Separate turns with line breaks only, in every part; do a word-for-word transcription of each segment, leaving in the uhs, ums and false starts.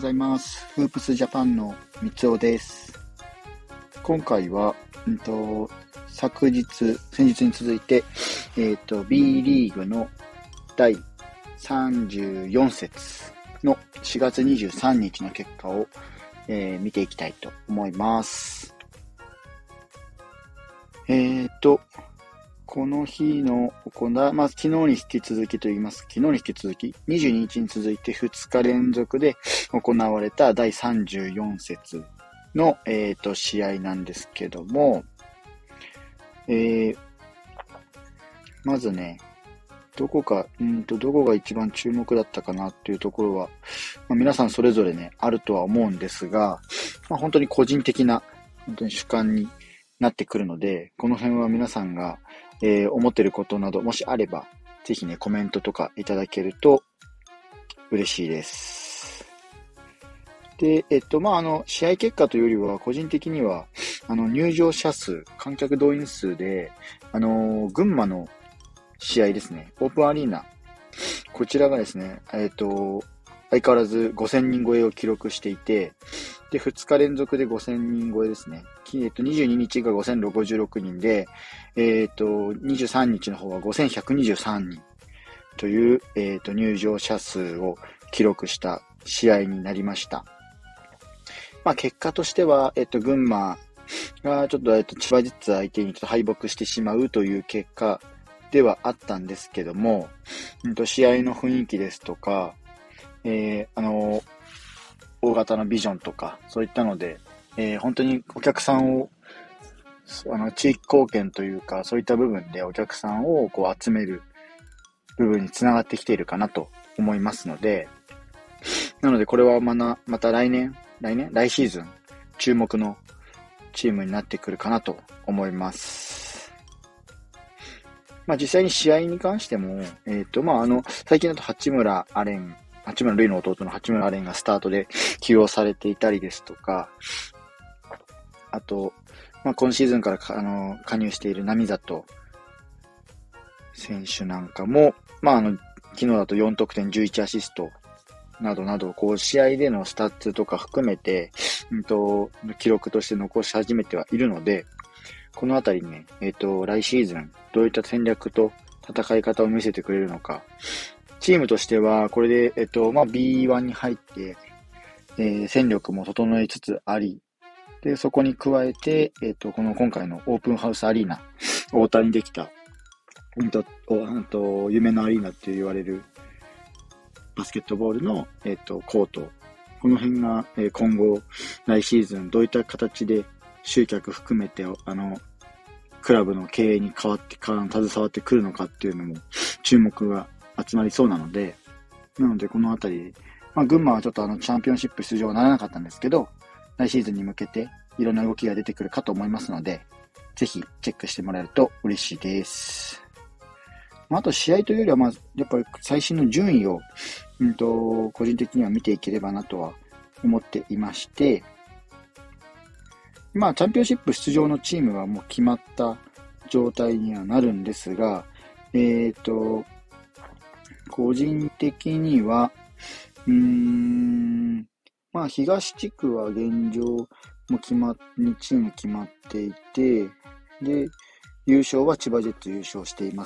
ございます。フープスジャパンの三尾です。今回は、うんと、昨日、先日に続いて、えっと、B リーグのだいさんじゅうよん節のしがつにじゅうさんにちの結果を、えー、見ていきたいと思います。えっと、この日の行わ、まあ、昨日に引き続きと言います。昨日に引き続き、にじゅうににちに続いてふつか連続で行われただいさんじゅうよん節の、えっと、試合なんですけども、えー、まずね、どこか、うんと、どこが一番注目だったかなっていうところは、まあ、皆さんそれぞれね、あるとは思うんですが、まあ、本当に個人的な、本当に主観になってくるので、この辺は皆さんが、えー、思っていることなど、もしあれば、ぜひね、コメントとかいただけると嬉しいです。で、えっと、まあ、あの、試合結果というよりは、個人的には、あの、入場者数、観客動員数で、あの、群馬の試合ですね、オープンアリーナ、こちらがですね、えっと、相変わらずごせんにん超えを記録していて、で、ふつか連続でごせんにん超えですね。えっと、にじゅうににちがごせんごじゅうろくにんで、えっと、にじゅうさんにちの方はごせんひゃくにじゅうさんにんという、えっと、入場者数を記録した試合になりました。まあ、結果としては、えっと、群馬がちょっと、えっと、千葉ジェッツ相手にちょっと敗北してしまうという結果ではあったんですけども、うんと、試合の雰囲気ですとか、えー、あの、大型のビジョンとか、そういったので、えー、本当にお客さんを、あの、地域貢献というか、そういった部分でお客さんをこう集める部分につながってきているかなと思いますので、なのでこれはまな、また来年、来年来シーズン、注目のチームになってくるかなと思います。まあ実際に試合に関しても、えっと、まああの、最近だと八村アレン、八村塁の弟の八村アレンがスタートで起用されていたりですとか、あと、まあ、今シーズンからかあの加入している並里選手なんかも、まあ、あの、昨日だとよん得点じゅういちアシストなどなど、こう、試合でのスタッツとか含めて、うんと、記録として残し始めてはいるので、このあたりね、えっと、来シーズン、どういった戦略と戦い方を見せてくれるのか、チームとしては、これで、えっと、まあ、ビーワン に入って、えー、戦力も整えつつあり、で、そこに加えて、えっと、この今回のオープンハウスアリーナ、大田にできた、うんと、うんと、夢のアリーナって言われるバスケットボールの、えっと、コート。この辺が、えー、今後、来シーズン、どういった形で集客含めて、あの、クラブの経営に変わって、携わってくるのかっていうのも、注目が集まりそうなので、なので、このあたり、まあ、群馬はちょっとあの、チャンピオンシップ出場はならなかったんですけど、来シーズンに向けていろんな動きが出てくるかと思いますので、ぜひチェックしてもらえると嬉しいです。あと試合というよりは、まあ、やっぱり最新の順位を、うんと、個人的には見ていければなとは思っていまして、まあ、チャンピオンシップ出場のチームはもう決まった状態にはなるんですが、えっと、個人的には、うーん、まあ、東地区は現状も決まっ、にチーム決まっていて、で、優勝は千葉ジェッツ優勝しています。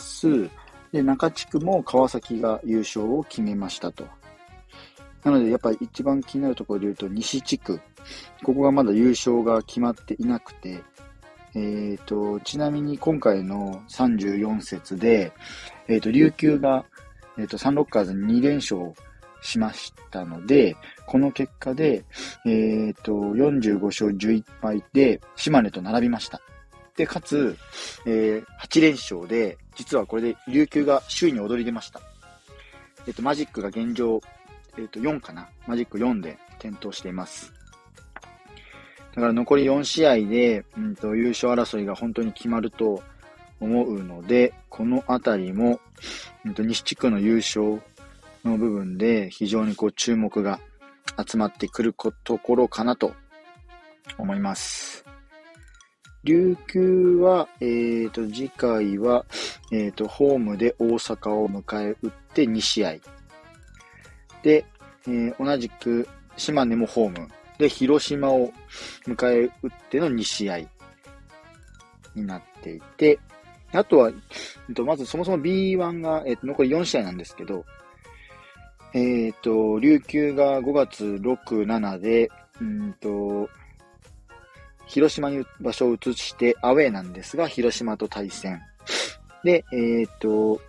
で、中地区も川崎が優勝を決めましたと。なので、やっぱり一番気になるところで言うと、西地区。ここがまだ優勝が決まっていなくて、えっと、ちなみに今回のさんじゅうよん節で、えっと、琉球が、えっと、サンロッカーズにに連勝しましたので、この結果で、えっと、よんじゅうご勝じゅういち敗で島根と並びました。で、かつ、えー、はち連勝で、実はこれで琉球が首位に躍り出ました。えっと、マジックが現状、えっと、よんかな。マジックよんで点灯しています。だから残りよん試合で、うんと、優勝争いが本当に決まると思うので、このあたりも、うんと、西地区の優勝の部分で非常にこう注目が集まってくるところかなと思います。琉球は、えーと、次回は、えーと、ホームで大阪を迎え撃ってに試合。で、えー、同じく島根もホーム。で、広島を迎え撃ってのに試合になっていて、あとは、まずそもそも ビーワン が、えっと、残りよん試合なんですけど、えっと、琉球がごがつろく、しちで、うんと、広島に場所を移してアウェーなんですが、広島と対戦。で、えっと、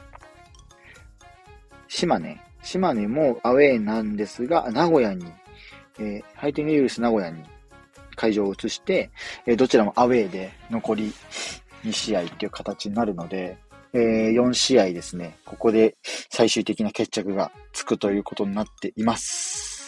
島根。島根もアウェーなんですが、名古屋に、えー、ハイテングイーグルス名古屋に会場を移して、えー、どちらもアウェーで残りに試合という形になるので、えー、よん試合ですね。ここで最終的な決着がつくということになっています。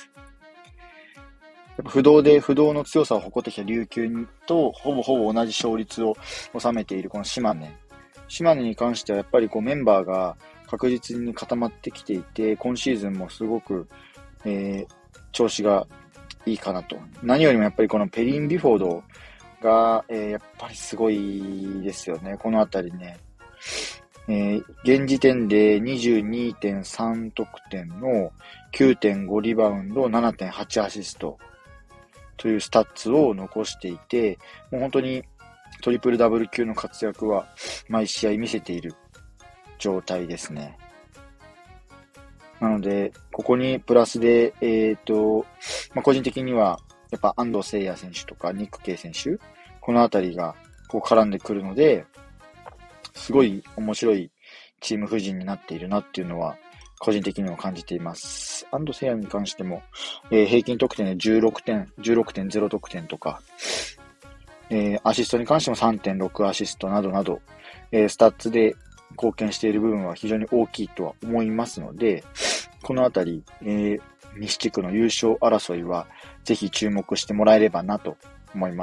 やっぱ不動で不動の強さを誇ってきた琉球とほぼほぼ同じ勝率を収めているこの島根。島根に関してはやっぱりこうメンバーが確実に固まってきていて、今シーズンもすごく、えー、調子がいいかなと。何よりもやっぱりこのペリン・ビフォードが、えー、やっぱりすごいですよね。このあたりね。えー、現時点で にじゅうにてんさん 得点の きゅうてんご リバウンド ななてんはち アシストというスタッツを残していて、もう本当にトリプルダブル級の活躍は毎試合見せている状態ですね。なので、ここにプラスで、えっと、まあ、個人的には、やっぱ安藤誠也選手とかニック・ケイ選手、このあたりがこう絡んでくるので、すごい面白いチーム布陣になっているなっていうのは、個人的にも感じています。安藤誠也に関しても、えー、平均得点でじゅうろくてん、じゅうろくてんゼロ 得点とか、えー、アシストに関しても さんてんろく アシストなどなど、えー、スタッツで貢献している部分は非常に大きいとは思いますので、このあたり、えー、西地区の優勝争いはぜひ注目してもらえればなと思います。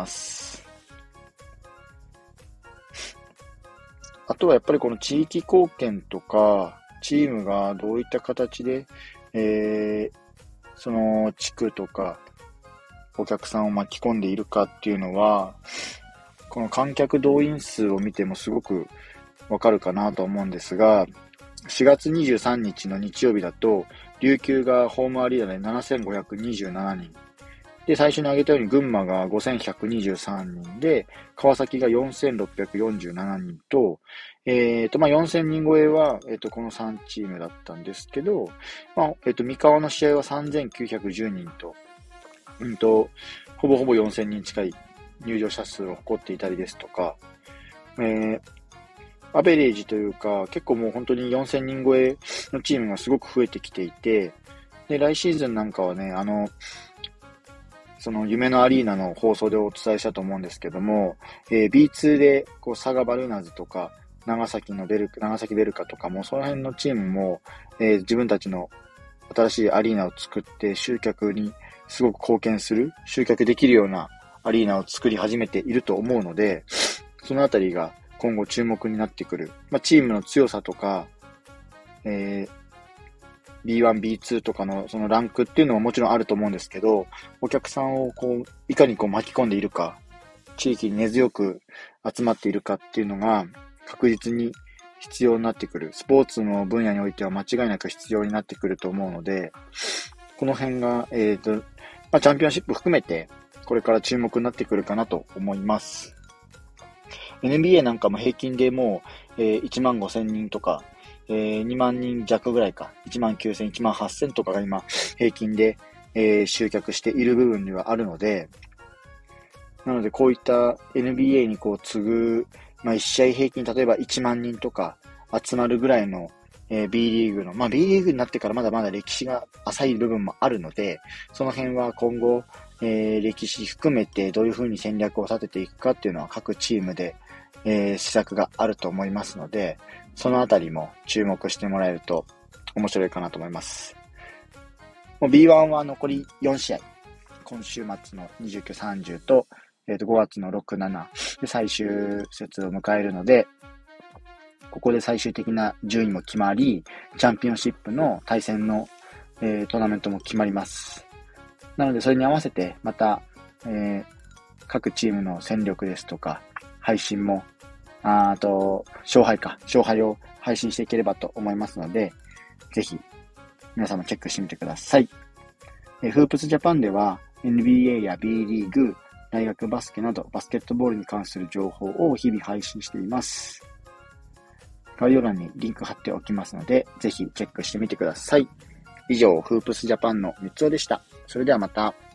あとはやっぱりこの地域貢献とか、チームがどういった形で、えー、その地区とかお客さんを巻き込んでいるかっていうのは、この観客動員数を見てもすごくわかるかなと思うんですが、しがつにじゅうさんにちの日曜日だと、琉球がホームアリーナでななせんごひゃくにじゅうななにん。で、最初に挙げたように群馬がごせんひゃくにじゅうさんにんで、川崎がよんせんろっぴゃくよんじゅうななにんと、えっと、まあ、よんせんにん超えは、えっと、このさんチームだったんですけど、まあ、えっと、三河の試合はさんぜんきゅうひゃくじゅうにんと、うんと、ほぼほぼよんせんにん近い入場者数を誇っていたりですとか、えー、アベレージというか、結構もう本当によんせんにん超えのチームがすごく増えてきていて、で、来シーズンなんかはね、あの、その夢のアリーナの放送でお伝えしたと思うんですけども、えー、ビーツー で、こう、佐賀バルーナーズとか、長崎のベルカ、長崎ベルカとかも、その辺のチームも、えー、自分たちの新しいアリーナを作って集客にすごく貢献する、集客できるようなアリーナを作り始めていると思うので、そのあたりが今後注目になってくる。まあ、チームの強さとか、えー、ビーワン、ビーツー とかのそのランクっていうのはもちろんあると思うんですけど、お客さんをこう、いかにこう巻き込んでいるか、地域に根強く集まっているかっていうのが確実に必要になってくる。スポーツの分野においては間違いなく必要になってくると思うので、この辺が、えっと、まあ、チャンピオンシップ含めて、これから注目になってくるかなと思います。エヌビーエー なんかも平均でもう、えー、いちまんごせんにんとか、えー、にまんにん弱ぐらいか、いちまんきゅうせん、いちまんはっせんとかが今、平均で、えー、集客している部分ではあるので、なのでこういった エヌビーエー にこう次ぐ、まあいち試合平均例えばいちまんにんとか集まるぐらいの、えー、B リーグの、まあ B リーグになってからまだまだ歴史が浅い部分もあるので、その辺は今後、えー、歴史含めてどういうふうに戦略を立てていくかっていうのは各チームで、えー、施策があると思いますので、そのあたりも注目してもらえると面白いかなと思います。もう ビーワン は残りよん試合。今週末のにじゅうく、さんじゅうと、えっと、ごがつのろく、しちで最終節を迎えるので、ここで最終的な順位も決まり、チャンピオンシップの対戦の、えー、トーナメントも決まります。なので、それに合わせて、また、えー、各チームの戦力ですとか、配信も、あ, あと、勝敗か、勝敗を配信していければと思いますので、ぜひ、皆さんもチェックしてみてください。 えフープスジャパンでは エヌビーエー や B リーグ、大学バスケなどバスケットボールに関する情報を日々配信しています。概要欄にリンク貼っておきますので、ぜひチェックしてみてください。以上、フープスジャパンのみつおでした。それではまた。